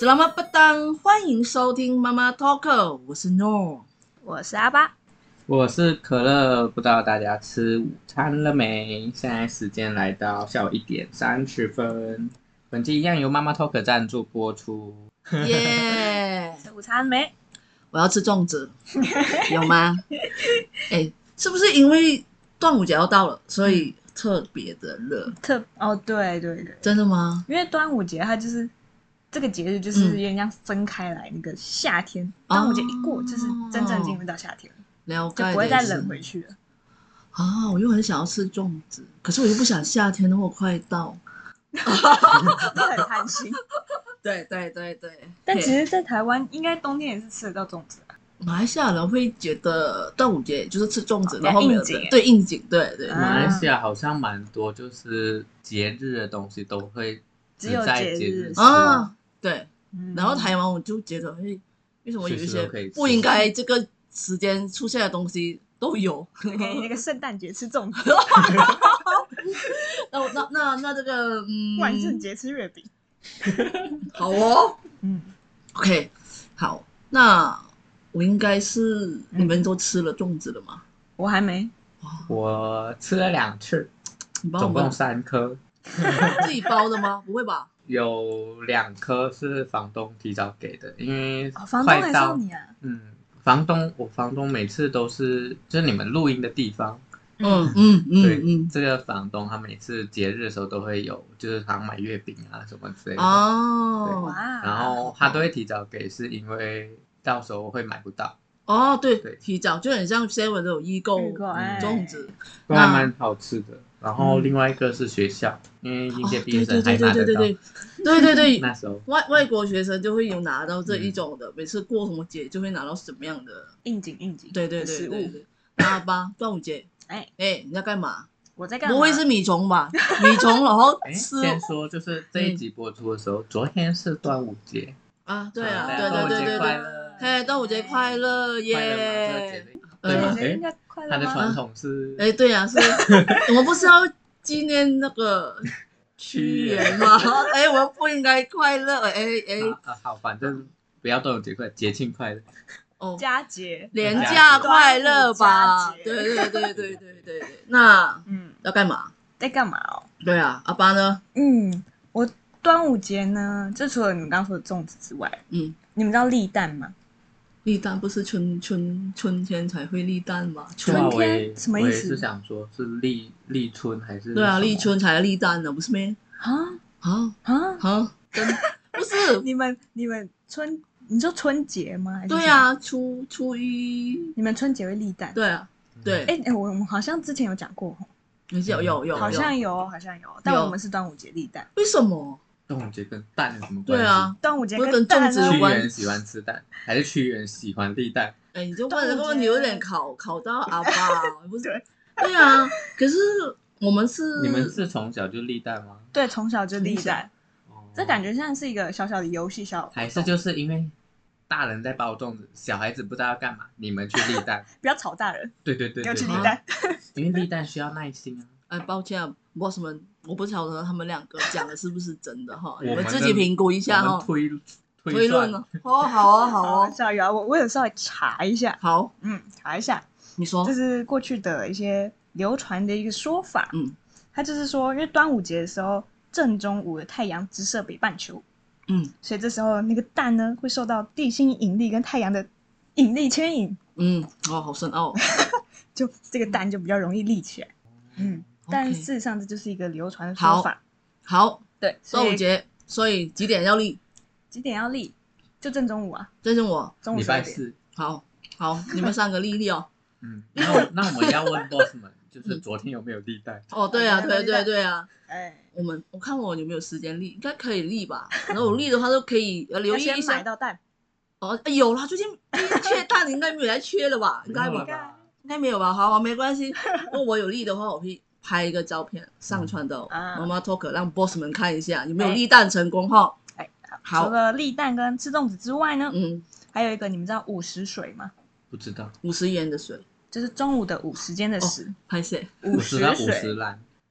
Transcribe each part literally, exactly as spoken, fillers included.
Selamat petang，欢迎收听妈妈 Talk， 我是 Nor， 我是阿巴， 我是可乐。不知道大家吃午餐了没？现在时间来到下午一点三十分。本期一样由妈妈 Talk 赞助播出。 耶、 吃午餐没？ 我要吃粽子，有吗？哎，是不是因为端午节要到了，所以特别的热？ 特哦，对对对， 真的吗？ 因为端午节它就是这个节日，就是有点像分开来，那个夏天， 嗯、 端午节一过，就是真正进入到夏天了， 了解， 就不会再冷回去了。 啊，我又很想要吃粽子，可是我又不想夏天那么快到。 你很贪心。 对对对对， 但其实，在台湾应该冬天也是吃得到粽子啊。 马来西亚人会觉得端午节就是吃粽子， 哦然后没有应景对应景，对对。 啊马来西亚好像蛮多，就是节日的东西都会只有在节日节日啊，对。 嗯然后台湾我就觉得，哎，为什么有一随时些都可以吃不应该这个时间出现的东西都有？ 那个那个圣诞节吃粽子， 那我那那那这个嗯， 万圣节吃月饼。 好哦。 嗯， OK， 好，那我应该是嗯你们都吃了粽子了吗？ 我还没。 我吃了两次， 你帮我们总共三颗， 自己包的吗？不会吧？ 有两颗是房东提早给的，因为哦，房东还快到送你啊？ 嗯，房东我房东每次都是就是你们录音的地方。 嗯嗯对， 嗯嗯。 这个房东他每次节日的时候都会有，就是好像买月饼啊什么之类的。 哦哇， 然后他都会提早给，是因为到时候会买不到， 哦，对对提早就很像 Seven 都有预购预购哎粽子。 都还蛮好吃的。然后嗯另外一个是学校，因为应届哦， 毕业对对生还拿得到。 对对对对对对对那时候外外国学生就会有拿到这一种的，每次过什么节就会拿到什么样的， 应景应景， 对对对食物。 对对。那吧，端午节， 哎， 哎，你在干嘛？ 我在干嘛？ 不会是米虫吧？米虫，然后哎， 吃先说就是这一集播出的时候，昨天是端午节， 啊？对啊， 啊对对对对端午节快对， 乐嘿，端午节快乐快乐吗？这个节耶！ 日对吗？ 对，应哎， 该快乐它的传吗？ 统是哎，对呀，是我们不是要纪念那个屈原吗？哎，我们不应该快乐，哎哎啊啊好，反正不要端午节快乐，节庆快乐。 哦， 佳节， 廉价快乐吧？ 端午佳节对对对对对对对。那嗯， 要干嘛？ 在干嘛哦？ 对啊，阿爸呢？ 嗯，我端午节呢，这除了你们刚刚说的粽子之外， 嗯， 你们知道立蛋吗？ 立蛋不是春春春天才会立蛋吗？ 对啊， 春我也什么意思我也是想说，是立立春还是对啊， 什么立春才立蛋呢，不是咩？ 啊啊啊！ 啊，真不是？ 你们你们春，你说春节吗？还是对啊，初初一， 你们春节会立蛋？ 对啊，对， 哎哎，我我们好像之前有讲过， 有有有， 好像有，好像有，但我们是端午节立蛋。 为什么？ 端午节跟蛋有什么关系？ 对啊， 端午节不是跟蛋啊粽子有关屈原喜欢吃蛋，还是屈原喜欢立蛋？ 哎，你就问这个问题有点考考到阿爸，不是？ 对对啊，可是我们是你们是从小就立蛋吗？ 对，从小就立蛋， 哦这感觉像是一个小小的游戏，小还是就是因为大人在包粽子，小孩子不知道要干嘛，你们去立蛋。 不要吵大人， 对对对要对对， 去立蛋。 因为立蛋需要耐心啊。 哎，抱歉啊，boss 们，我不晓得他们两个讲的是不是真的哈， 我们的你们自己评估一下哈我们。推推论算呢？哦，好啊，好好， 啊， 小鱼啊，我我有稍微查一下， 好， 嗯，查一下， 你说这，是过去的一些流传的一个说法。 嗯它就是说，因为端午节的时候，正中午的太阳直射北半球， 嗯所以这时候那个蛋呢会受到地心引力跟太阳的引力牵引， 嗯，哦，好深奥。 就这个蛋就比较容易立起来。嗯，但 OK 事实上这就是一个流传的说法。 好， 对，所以端午节，所以几点要立？ 几点要立？就正中午啊， 这是我。 礼中午十二点。 拜四。 好，好，你们三个立立哦。 嗯，那我那我们要问 boss 们，就是昨天有没有立蛋？ 哦，对啊，对对对啊， 哎， 我们我看我有没有时间立，应该可以立吧。然后我立的话，就可以呃留要先意一下买。到蛋， 哦，哎有啦，最近最近缺蛋，应该没有来缺了吧？应该吧没有了？吧？ 应该没有吧？好啊，没关系。如果我有立的话，我会拍一个照片上传到啊妈妈 talk，让 boss 们看一下有没有立蛋成功哈。 哎， 好除了立蛋跟吃粽子之外呢， 嗯， 还有一个你们知道午时水吗？ 不知道。 五十元的水， 就是中午的午时间的时， 拍谁？ 午五十到五时水十兰。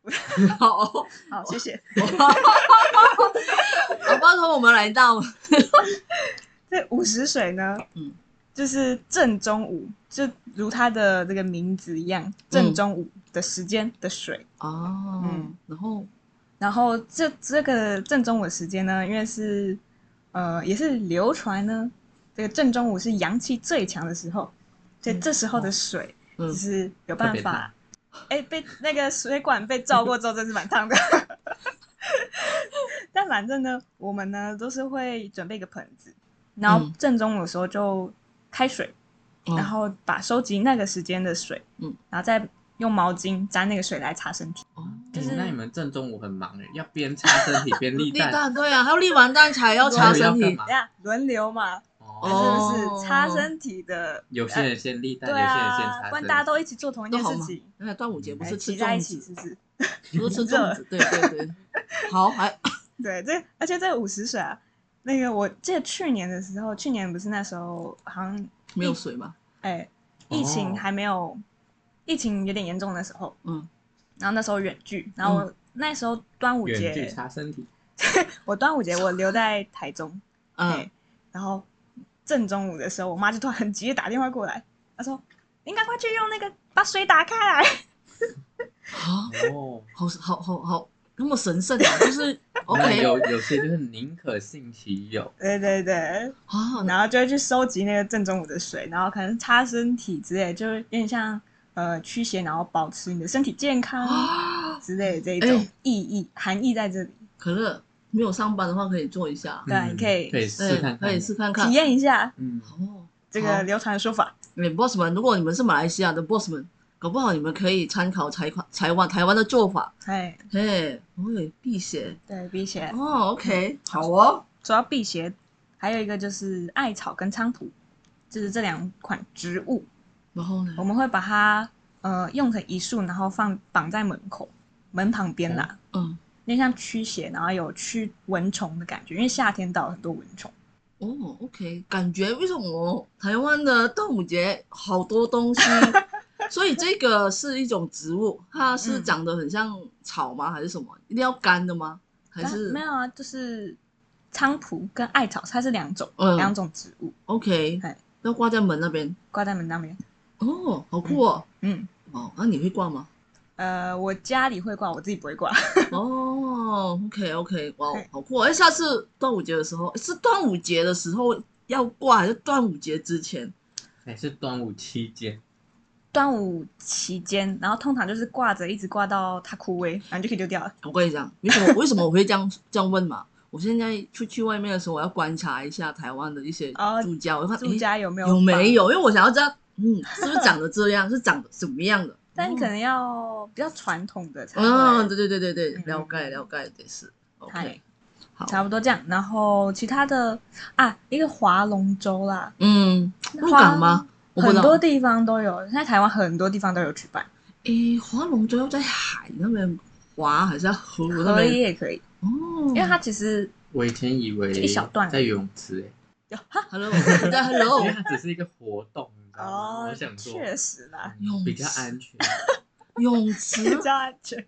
好， 好，谢谢。 好吧，从我们来到这午时水呢， 嗯， 就是正中午，就如它的这个名字一样，正中午的时间的水。 哦， 嗯， 然后然后这这个正中午的时间呢，因为是呃也是流传呢，这个正中午是阳气最强的时候，所以这时候的水嗯就是有办特别烫法，哎、被那个水管被照过之后，真是蛮烫的。但反正呢，我们呢都是会准备一个盆子，然后嗯正中午的时候就开水， 哦然后把收集那个时间的水， 嗯， 然后再用毛巾沾那个水来擦身体。 哦， 就是欸那你们正中午很忙哎，要边擦身体边立立蛋， 蛋对啊，还要立完蛋才要擦身体还有要干嘛等一下轮流嘛， 哦， 是不是擦身体的？ 有些人先立蛋，有对些人先啊， 擦身不然大家都体。 一起做同一都好忙件事情，。 那端午节不哎是吃挤在一起粽子， 是不是？ 不是吃粽子，对对对。好，还对，这而且这五十水啊，那个我记得去年的时候，去年不是那时候好像没有水吗？ 哎哦疫情还没有，疫情有点严重的时候， 嗯， 然后那时候远距，然后我、那时候端午远距节， 擦身体， 我端午节我留在台中， 嗯哎，然后正中午的时候，我妈就突然很急的打电话过来，她说：“你赶快去用那个把水打开来。 好， 哦， 好好好好，那么神圣啊，就是那 OK 有有些就是宁可信其有”， 对对对， 啊， 然后就会去收集那个正中午的水，然后可能擦身体之类，就有点像呃驱邪，然后保持你的身体健康啊， 之类的这一种哎意义、含义在这里。 可乐没有上班的话可以做一下， 对啊你可以可以试对， 看看， 可以试看看体。验一下嗯， 哦， 这个流传的说法。 哎，boss 们，如果你们是马来西亚的 boss 们，搞不好你们可以参考台湾台湾台湾的做法， 哎， 嘿，会辟邪对，辟邪。 哦，OK，好哦， 说到辟邪，还有一个就是艾草跟菖蒲，就是这两款植物， 然后呢我，们会把它呃用成一束，然后放绑在门口门旁边啦， 嗯， 有点像驱邪，然后有驱蚊虫的感觉，因为夏天到了很多蚊虫。 哦，OK，感觉为什么台湾的端午节好多东西？所以这个是一种植物，它是嗯长得很像草吗？还是什么？一定要干的吗？还但是没有啊，就是菖蒲跟艾草，它是两种嗯两、种植物， OK？ 哎要挂在门那边？ 挂在门那边。 哦，好酷哦！ 嗯， 哦，那、你会挂吗？ 呃，我家里会挂，我自己不会挂。 哦，OK OK，哇对， 好酷哦！哎，下次端午节的时候，是端午节的时候要挂，还是端午节之前？ 还是端午期间， 端午期间，然后通常就是挂着，一直挂到它枯萎，然后你就可以丢掉了。 我跟你讲，为什么为什么我会这样这样问嘛？我现在出去外面的时候，我要观察一下台湾的一些哦住家，我看住家有没有有没绑？ 有？因为我想要知道，嗯，是不是长得这样，是长得怎么样的？ 但你可能要比较传统的才会， 嗯，对对对对对， 嗯了解了解的是嗨 OK，好， 差不多这样。然后其他的啊，一个划龙舟啦， 嗯，鹿港吗？我不知道很多地方都有，现在台湾很多地方都有举办， 诶，划龙舟要在海那边划，还是在河那可以边？ 也可以， 哦， 因为它其实我以前以为就一小段在游泳池哎， 有哈 Hello，对 Hello， 因为它只是一个活动，你知道吗？ 哦我想，说确实啦， 嗯比较安全， 泳池比较安全。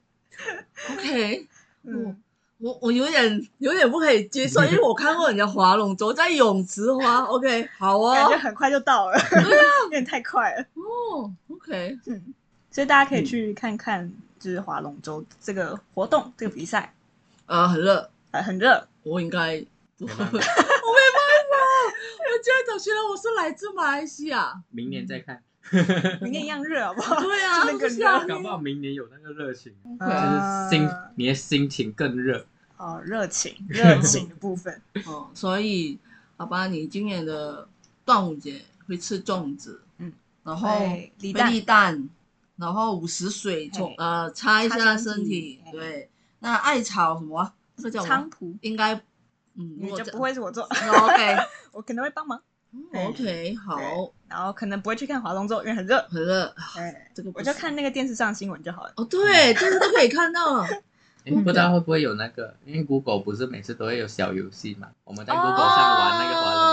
，OK， 嗯， 我我有点有点不可以接受，因为我看过人家划龙舟在泳池划，OK，好哦， 感觉很快就到了，有点太快了。 哦，OK， 嗯，所以大家可以去看看，就是划龙舟这个活动，这个比赛， 呃，很热， 呃，很热。 我应该不会，我没办没办法法，我今天早起来我是来自马来西亚， 明年再看， 明天一样热，好不好？ 对啊， 就那个是啊热， 搞不好明年有那个热情，就啊是心你的心情更热。 哦，热情，热情的部分。 哦，所以好吧，你今年的端午节会吃粽子， 嗯， 然后会会立蛋立蛋，然后午时水冲嘿呃擦一下擦身体身体， 嘿对，那艾草什么啊？这个叫什么？ 菖蒲， 应该嗯，如你就果这不会是我做， OK 我可能会帮忙， 哦 OK 好， 然后可能不会去看划龙舟，因为很热。 很热， 哎， 这个不我就是看那个电视上的新闻就好了。 哦，对，这个都可以看到。 诶不知道会不会有那个，因为 Google 不是每次都会有小游戏嘛？我们在 Google 上玩那个划龙舟， 哦对对对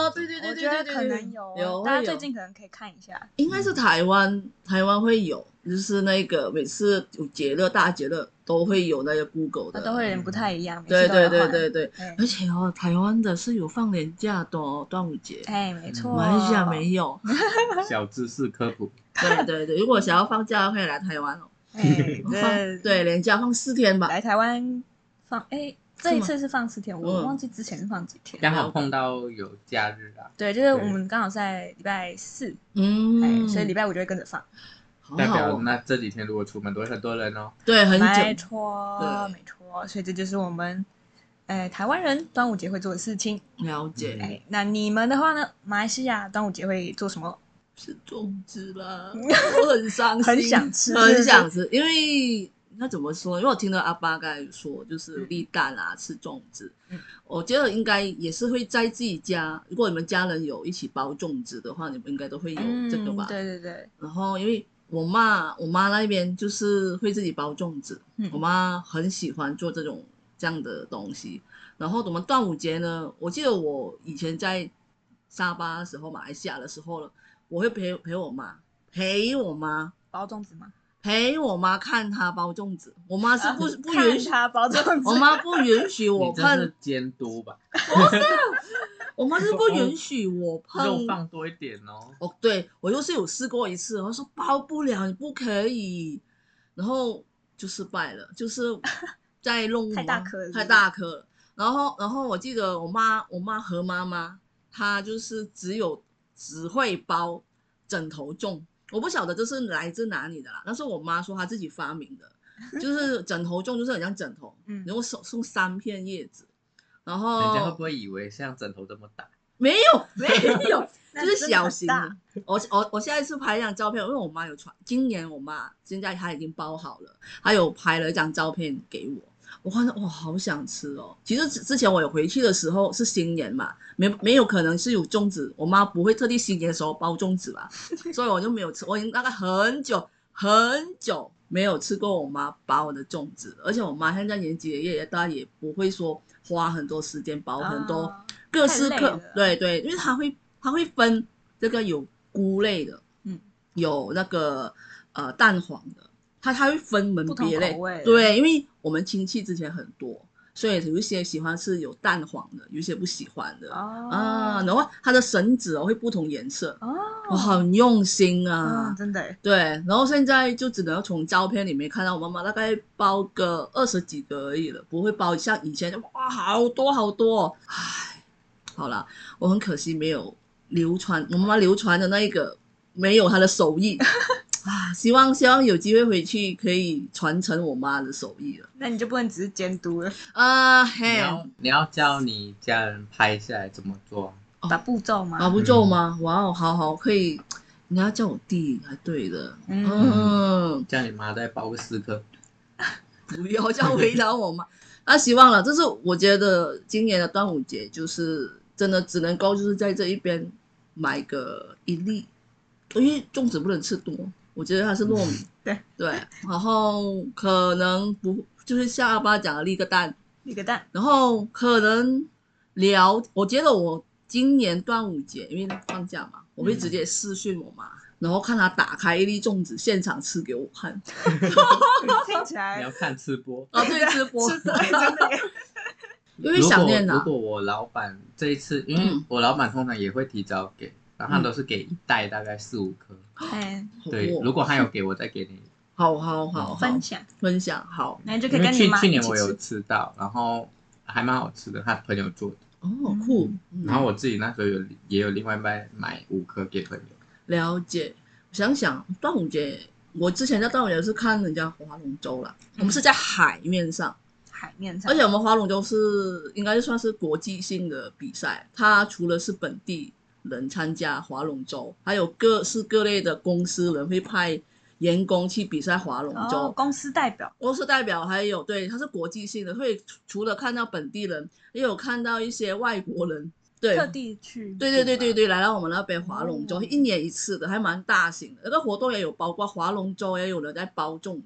我对觉得可对对对能有， 有大家会有最近可能可以看一下。 应该是台湾，台湾会有，就是那个每次有节日、大节日都会有那个 Google 的， 它都会有点不太一样，每对对次都有换。 对对对， 哎而且哦，台湾的是有放年假的哦，端午节， 哎，没错， 马来西亚没有。 小知识科普， 对对对，如果想要放假，可以来台湾哦。 哎， 放这对年假放四天吧。 来台湾放，哎，这一次是放四天，我嗯忘记之前是放几天。 刚好碰到有假日啊， 对，就是我们刚好在礼拜四， 嗯， 哎，所以礼拜五就会跟着放。 代好好哦。 表那这几天如果出门都会很多人哦。 对，很没久。 错， 对没错，所以这就是我们，哎，台湾人端午节会做的事情。 了解。 嗯哎，那你们的话呢？马来西亚端午节会做什么？ 吃粽子啦，我很伤心， 很想吃很想吃，因为那怎么说？因为我听到阿爸刚才说，就是立蛋啊，吃粽子。 嗯， 我觉得应该也是会在自己家，如果你们家人有一起包粽子的话，你们应该都会有这个吧？ 嗯、对对对。 然后因为我妈，我妈那边就是会自己包粽子， 嗯、 我妈很喜欢做这种这样的东西。然后我们端午节呢，我记得我以前在沙巴的时候，马来西亚的时候了。我会陪陪我妈，陪我妈包粽子吗？ 陪我妈看她包粽子。我妈是不、啊、不允许她包粽子， 我妈不允许我碰。 你这是监督吧？ 不是，我妈是不允许我碰。 肉放多一点哦。 哦，对，我就是有试过一次，我说包不了，你不可以，然后就失败了，就是在弄太大颗了， 太大颗了。然后，然后我记得我妈，我妈和妈妈，她就是只有。只会包枕头粽，我不晓得这是来自哪里的啦。但是我妈说她自己发明的，就是枕头粽，就是很像枕头， 嗯， 然后送送三片叶子，然后人家会不会以为像枕头这么大？ 没有没有，就是小型的。我我我下一次拍一张照片，因为我妈有传，今年我妈现在她已经包好了，她有拍了一张照片给我。我看到哇，好想吃哦！其实之前我有回去的时候是新年嘛，没没有可能是有粽子，我妈不会特地新年的时候包粽子吧，所以我就没有吃。我已经大概很久很久没有吃过我妈包的粽子，而且我妈现在年纪也也大，也不会说花很多时间包很多、啊、各式各对对，因为她会她会分这个有菇类的，嗯，有那个呃蛋黄的。他他会分门别类，对，因为我们亲戚之前很多，所以有一些喜欢吃有蛋黄的，有一些不喜欢的、哦、啊。然后它的绳子哦会不同颜色哦，我很用心啊、 嗯，真的。 对，然后现在就只能从照片里面看到我妈妈大概包个二十几个而已了，不会包像以前哇好多好多、哦。唉，好啦，我很可惜没有流传我妈妈流传的那一个没有她的手艺。啊，希望希望有机会回去可以传承我妈的手艺了。 那你就不能只是监督了啊、呃！嘿， 你要你要教你家人拍下来怎么做？ 把步骤吗？ 把步骤吗？嗯、哇哦，好好可以。你要叫我弟还对的，嗯， 嗯叫你妈再包个四颗。 不要叫回答我妈。那、啊、希望了，这是我觉得今年的端午节就是真的只能够就是在这一边买个一粒，因为粽子不能吃多。我觉得它是糯米， 对对，然后可能不就是像阿爸讲的立个蛋， 立个蛋， 然后可能聊，我觉得我今年端午节因为放假嘛，我会直接视讯我妈，嗯、然后看她打开一粒粽子，现场吃给我看。 听起来你要看吃播啊，对，吃播， 真的耶。 因为想念啊。如果我老板这一次，因为我老板通常也会提早给。然后他都是给一袋大概四五颗， 嗯， 对，如果他有给我再给你， 好好好， 分享分享好， 那就可以跟你妈去去年我有吃到，然后还蛮好吃的，他朋友做的， 哦，酷。 然后我自己那时候有也有另外买买五颗给朋友。 了解，我想想端午节，我之前在端午节是看人家划龙舟啦，我们是在海面上。 海面上， 而且我们划龙舟是应该算是国际性的比赛，它除了是本地人参加划龙舟，还有各式各类的公司人会派员工去比赛划龙舟、 哦、公司代表公司代表还有对，它是国际性的，会除了看到本地人也有看到一些外国人，对， 特地去， 对对对对对，来到我们那边划龙舟、哦、一年一次的，还蛮大型的。那个活动也有包括划龙舟，也有人在包粽子，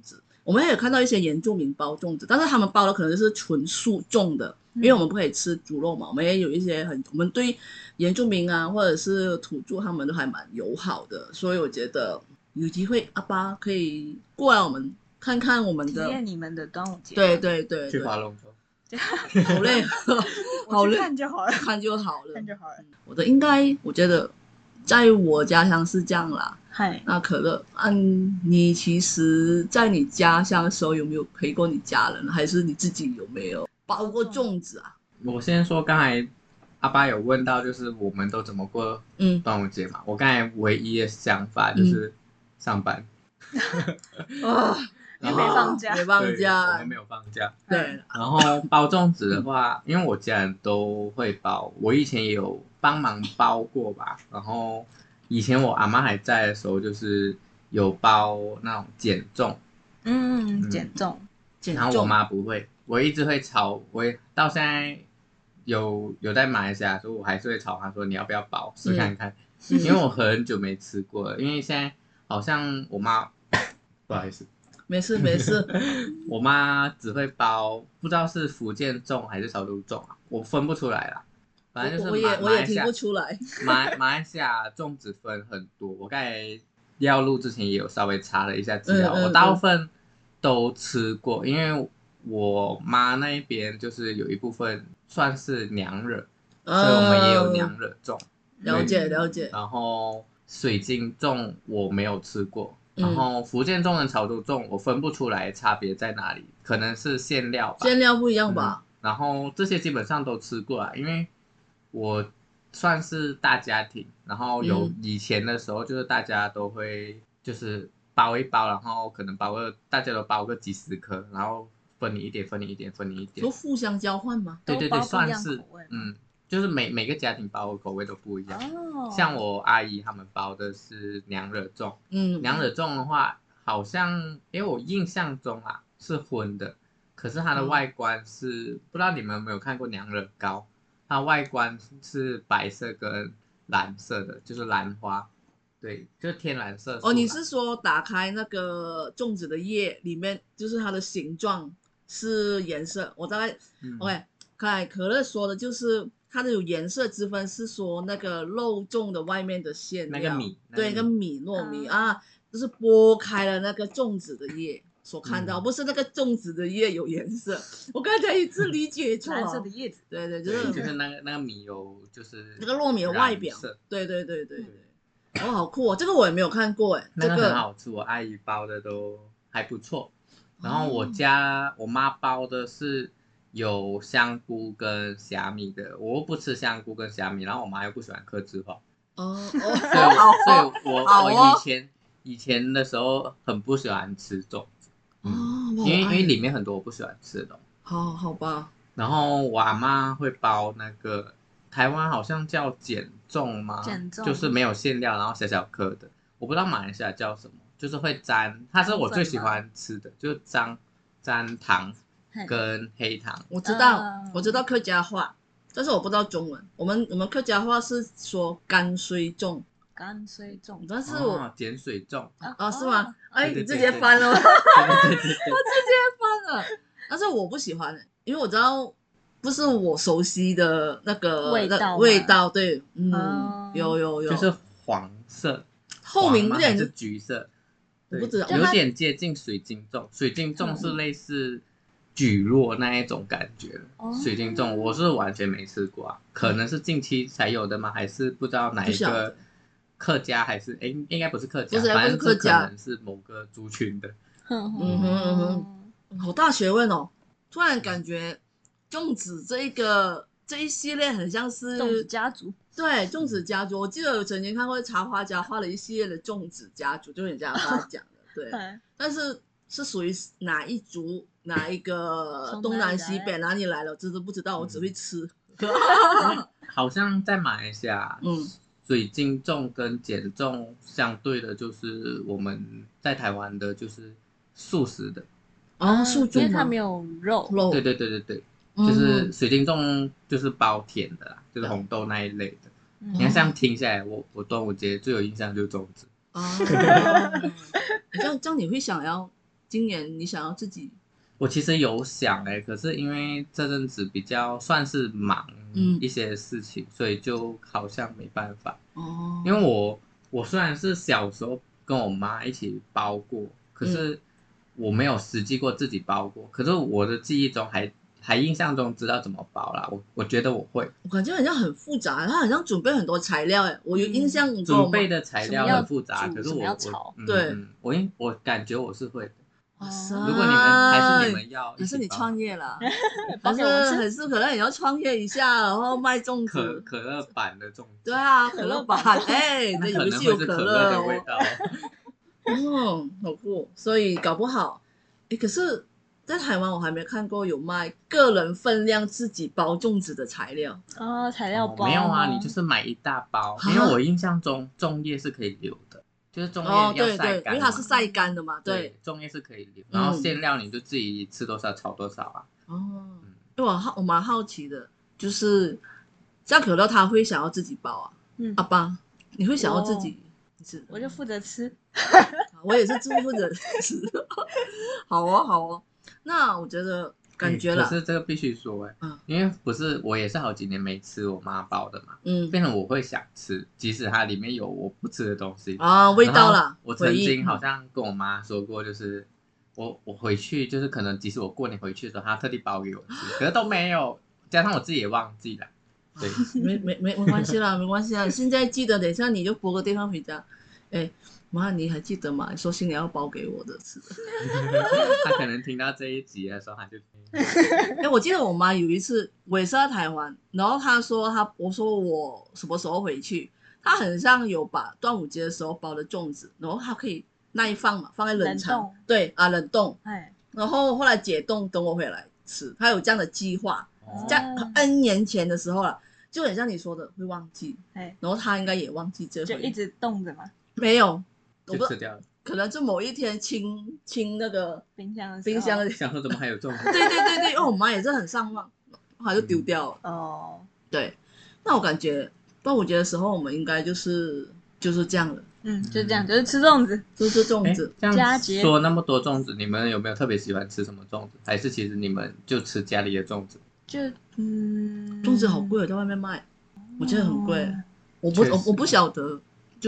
我们也有看到一些原住民包粽子，但是他们包的可能就是纯素种的，因为我们不可以吃猪肉嘛。我们也有一些很，我们对原住民啊或者是土著他们都还蛮友好的，所以我觉得有机会阿爸可以过来我们看看我们体的， 验你们的端午节。 对对对去对， 划龙舟。 好累，好我去累， 看就好了， 看就好了， 看就好了。 我的应该我觉得在我家乡是这样啦。 嗨， 那可乐，嗯，你其实在你家乡的时候有没有陪过你家人，还是你自己有没有包过粽子啊？ 我先说，刚才阿爸有问到，就是我们都怎么过嗯端午节嘛？我刚才唯一的想法就是上班， 啊， 因为没放假没放对我假们，没有放假。 对， 然后包粽子的话，因为我家人都会包，我以前也有帮忙包过吧。然后以前我阿妈还在的时候，就是有包那种减重， 嗯，减重， 减然后我重， 妈不会，我一直会吵，我也到现在有有在马来西亚，所以我还是会吵她说你要不要包试看看， 嗯因为我很久没吃过了，因为现在好像我妈不好意思。 没事没事， 我妈只会包，不知道是福建粽还是潮州粽啊，我分不出来啦。反正就是我也马我也听不出来， 马马来西亚粽子分很多，我刚才要录之前也有稍微查了一下资料， 嗯嗯我大部分都吃过，因为我妈那一边就是有一部分算是娘惹， 嗯所以我们也有娘惹粽。 了解了解， 然后水晶粽我没有吃过， 嗯然后福建粽跟潮州粽我分不出来差别在哪里，可能是馅料吧。 馅料不一样吧？ 嗯然后这些基本上都吃过啊，因为我算是大家庭，然后有嗯以前的时候就是大家都会就是包一包，然后可能包个大家都包个几十颗，然后分你一点，分你一点，分你一点说。互相交换吗？ 对对对， 都包不一样算是口味吗嗯，就是每每个家庭包的口味都不一样。 哦， 像我阿姨他们包的是娘惹粽， 嗯， 娘惹粽的话，好像因为我印象中啊是荤的，可是它的外观是、不知道你们有没有看过娘惹糕，它外观是白色跟蓝色的，就是兰花，对，就是天蓝色。 哦，你是说打开那个粽子的叶里面，就是它的形状是颜色？我大概、 嗯 OK，看来可乐说的就是它的有颜色之分，是说那个肉粽的外面的馅料， 那个米对， 那个跟米糯米、 啊啊，就是剥开了那个粽子的叶。所看到、 嗯不是那个粽子的叶有颜色，我刚才一直理解错， 蓝色的叶子， 对对，就对， 是就是那个那个米有就是那个糯米的外表染色， 对对对对对，哦，好酷哦，这个我也没有看过哎， 那个这个很好吃，我阿姨包的都还不错。然后哦我家我妈包的是有香菇跟虾米的，我又不吃香菇跟虾米，然后我妈又不喜欢克制化， 哦哦， 所以我好哦所以我我好哦以前以前的时候很不喜欢吃粽子， 哦嗯，， 我因为因爱为里面很多我不喜欢吃的东西。 好好吧， 然后我阿妈会包那个台湾好像叫碱粽吗？ 碱粽就是没有馅料，然后小小颗的，我不知道马来西亚叫什么，就是会沾，它是我最喜欢吃的，就是沾沾糖嘿跟黑糖。 我知道、 嗯我知道客家话，但是我不知道中文。我们我们客家话是说干水粽， 干水粽， 但是我哦碱水粽， 哦是吗？哎， 对对对你直接翻了吗？ 对对对对翻了，但是我不喜欢，因为我知道不是我熟悉的那个那味道吗味道，对，嗯， 哦有有有， 就是黄色， 透明有点黄吗还是橘色，对我不知道有点接近水晶粽，水晶粽是类似蒟蒻那一种感觉的。 哦水晶粽我是完全没吃过啊，可能是近期才有的吗？还是不知道哪一个不晓得客家还是哎，应该不是客家， 不是反正不是客家可能是某个族群的。 嗯嗯哼嗯哼好大学问哦！突然感觉粽子这一个这一系列很像是粽子家族， 对粽子家族。我记得有曾经看过插画家画了一系列的粽子家族，就是你这样刚才讲的，对。 对， 但是是属于哪一族、哪一个从哪里东南西来北哪里来了，真的不知道，我只会嗯吃。 好像在马来西亚， 嗯， 水晶粽跟碱粽相对的，就是我们在台湾的就是素食的。 哦，素粽吗因为它没？有肉， 肉， 对对对对对， 嗯就是水晶粽就是包甜的啦，就是红豆那一类的。 嗯你看这样听下来，我我端午节最有印象就是粽子。 哦，这样这样你会想要今年你想要自己？ 我其实有想哎、欸，可是因为这阵子比较算是忙一些事情，嗯、所以就好像没办法。 哦， 因为我我虽然是小时候跟我妈一起包过，可是我没有实际过自己包过。可是我的记忆中还还印象中知道怎么包啦。我我觉得我会。 我感觉好像很复杂，他好像准备很多材料哎。我有印象、嗯， 准备的材料很复杂，可是我我、 嗯、 对、 嗯，我应我感觉我是会的。 哇塞！ 如果你们还是你们要， 还是你创业啦， 还是还是可能你要创业一下，然后卖粽子， 可可乐版的粽子。 对啊，可乐版，哎，那有是有可乐的味道。 哦，好酷！所以搞不好，哎，可是，在台湾我还没看过有卖个人分量自己包粽子的材料哦，材料包、 哦、没有啊，你就是买一大包，因为我印象中粽叶是可以留的。就是粽叶要晒干、哦、 对对，因为它是晒干的嘛，对， 粽叶是可以留，然后馅料你就自己吃多少炒多少啊。 哦，嗯、因为我好我蛮好奇的，就是像可乐他会想要自己包啊，嗯，阿爸你会想要自己吃？ 我就负责吃， 我也是负责吃。好哦好哦，那我觉得。感觉了、 欸，可是这个必须说哎、欸嗯，因为不是我也是好几年没吃我妈包的嘛，嗯，变成我会想吃，即使它里面有我不吃的东西啊，味道啦。 我曾经好像跟我妈说过，就是我我回去就是可能即使我过年回去的时候，她特地包给我吃，可是都没有，加上我自己也忘记了，对， 没没没没关系啦，没关系啦，现在记得等一下你就拨个电话回家，哎。妈，你还记得吗？你说新年要包给我的吃的。 他可能听到这一集的时候，他就。 哎，我记得我妈有一次，我也是在台湾，然后她说她，我说我什么时候回去，她很像有把端午节的时候包的粽子，然后她可以耐放嘛，放在冷藏，对啊，冷冻。然后后来解冻，等我回来吃，她有这样的计划。 哦、 在 N 年前的时候了，就很像你说的会忘记，然后她应该也忘记这回， 就一直冻着嘛。 没有。 就吃掉了， 可能就某一天清清那个冰箱的冰箱的， 想说怎么还有粽子？ 对对对对，因为我妈也是很上望，后来就丢掉了。 哦、嗯， 对，那我感觉端午节的时候，我们应该就是就是这样了。 嗯，就这样，就是吃粽子， 就是粽子。 这样说那么多粽子，你们有没有特别喜欢吃什么粽子？还是其实你们就吃家里的粽子？ 就嗯， 粽子好贵，在外面卖，我觉得很贵。哦、我不我我不晓得，就是。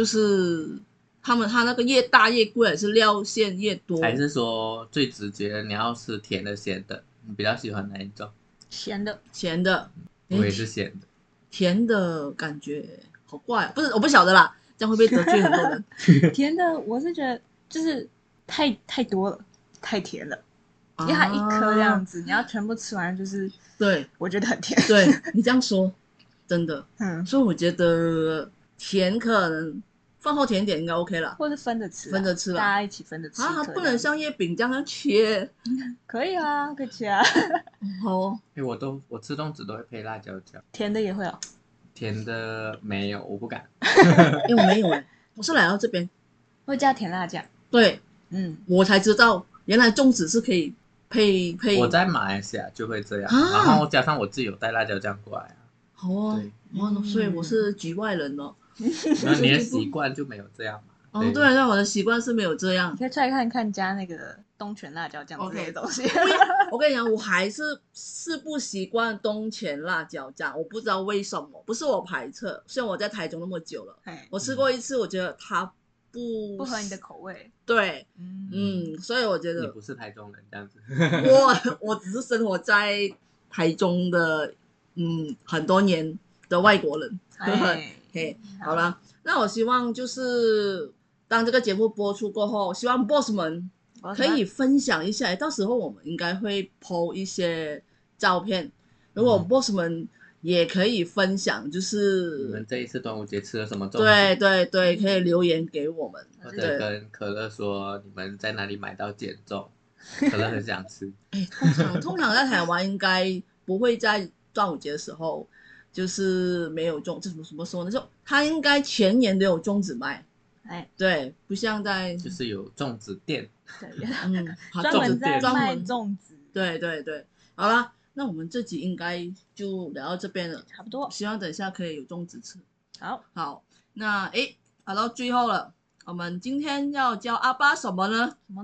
他们他那个越大越贵，还是料馅越多？ 还是说最直接的，你要吃甜的、咸的？你比较喜欢哪一种？ 咸的， 咸的。 我也是咸的。 甜的感觉好怪、啊，不是我不晓得啦，这样会不会得罪很多人？ 甜的，我是觉得就是太太多了，太甜了，因为它一颗这样子，啊、你要全部吃完，就是对， 我觉得很甜。 对你这样说，真的， 嗯， 所以我觉得甜可能。饭后甜点应该 OK 啦， 或是分着吃， 分着吃啦， 大家一起分着吃啊，不能像月饼这样切。 可以啊，可以切啊。 好、哦， 哎、欸，我都我吃粽子都会配辣椒酱， 甜的也会哦。 甜的没有，我不敢。 因为我没有哎、欸，我是来到这边会加甜辣酱。 对， 嗯， 我才知道原来粽子是可以配配。 我在马来西亚就会这样，啊、然后加上我自己有带辣椒酱过来啊。 好哦，对，哦，所以我是局外人哦。 那你的习惯就没有这样嘛？ 哦，对，那我的习惯是没有这样。 你可以再看看加那个东泉辣椒酱之类的东西。 我跟你讲，我还是是不习惯东泉辣椒酱，我不知道为什么，不是我排斥，虽然我在台中那么久了，我吃过一次，我觉得它不不合你的口味。 对，嗯，嗯，所以我觉得你不是台中人这样子。 我我只是生活在台中的嗯很多年的外国人。嘿，好了，那我希望就是当这个节目播出过后，希望 boss 们可以分享一下，到时候我们应该会 po 一些照片，如果 boss 们也可以分享，就是你们这一次端午节吃了什么粽子？ 对对对，可以留言给我们， 或者跟可乐说你们在哪里买到减粽，可乐很想吃。 哎，通常通常在台湾应该不会在端午节的时候。就是没有粽，这怎么怎么说呢？就他应该全年都有粽子卖，哎，对，不像在就是有粽子店， 对， 嗯， 专门在卖粽子， 对对对，好了，那我们这集应该就聊到这边了， 差不多， 希望等一下可以有粽子吃。 好， 好，那哎，好到最后了，我们今天要教阿爸什么呢？ 什么呢？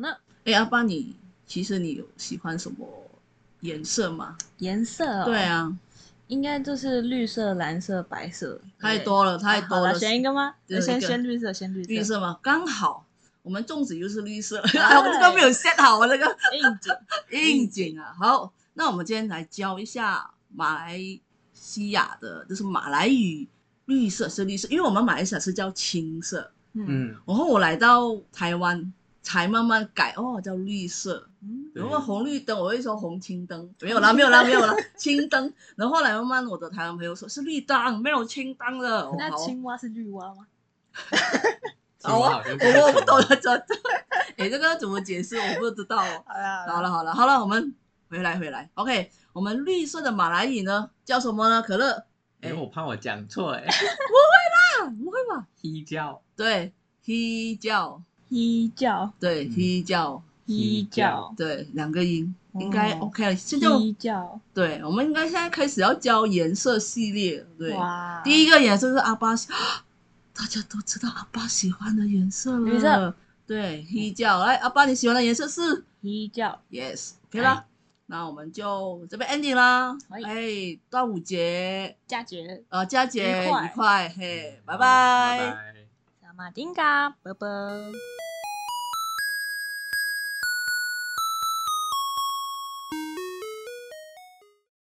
哎，阿爸你其实你有喜欢什么颜色吗？ 颜色哦， 对，啊， 应该就是绿色、蓝色、白色。对太多了太啊好了， 多了， 选一个吗？先只有一个先绿色，先绿色。 绿色吗？刚好我们粽子就是绿色， 哎哎，我们这个没有 set 好啊，这个应景。 应景啊。好，那我们今天来教一下马来西亚的，就是马来语绿色是绿色，因为我们马来西亚是叫青色， 嗯嗯， 然后我来到台湾才慢慢改，哦，叫绿色。 嗯， 对然后红绿灯，我会说红青灯，没有啦，没有啦，没有啦，青灯。然后后来慢慢我的台湾朋友说是绿灯，没有青灯了。哦那好青蛙是绿蛙吗？ 好啊， 好像我我不懂了，这这，哎，这个怎么解释？我不知道哦。 好啦好了好了好了，我们回来回来，OK，我们绿色的马来语呢叫什么呢？可乐， 因为我怕我讲错哎， 啊，不会吧？ 黑叫对，黑叫， 一叫对， 嗯黑叫， 一叫对，两个音应该哦 OK 了。现在我一叫， 对，我们应该现在开始要教颜色系列，对。 哇， 第一个颜色是阿巴喜，大家都知道阿巴喜欢的颜色了。 绿色。 对，黑叫，来，阿巴你喜欢的颜色是一叫， ？Yes，OK 啦。那我们就这边 ending 啦。 可以哎，端午节， 佳节， 呃，佳节愉快愉快，嘿，拜好拜。 拜拜。 萨马丁嘎，啵啵。